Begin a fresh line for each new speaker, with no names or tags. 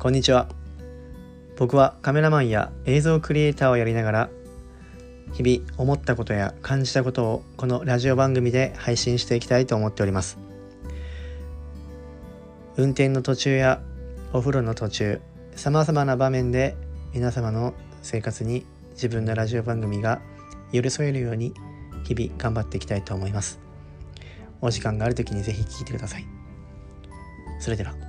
こんにちは。僕はカメラマンや映像クリエイターをやりながら、日々思ったことや感じたことをこのラジオ番組で配信していきたいと思っております。運転の途中やお風呂の途中、さまざまな場面で皆様の生活に自分のラジオ番組が寄り添えるように日々頑張っていきたいと思います。お時間があるときにぜひ聞いてください。それでは。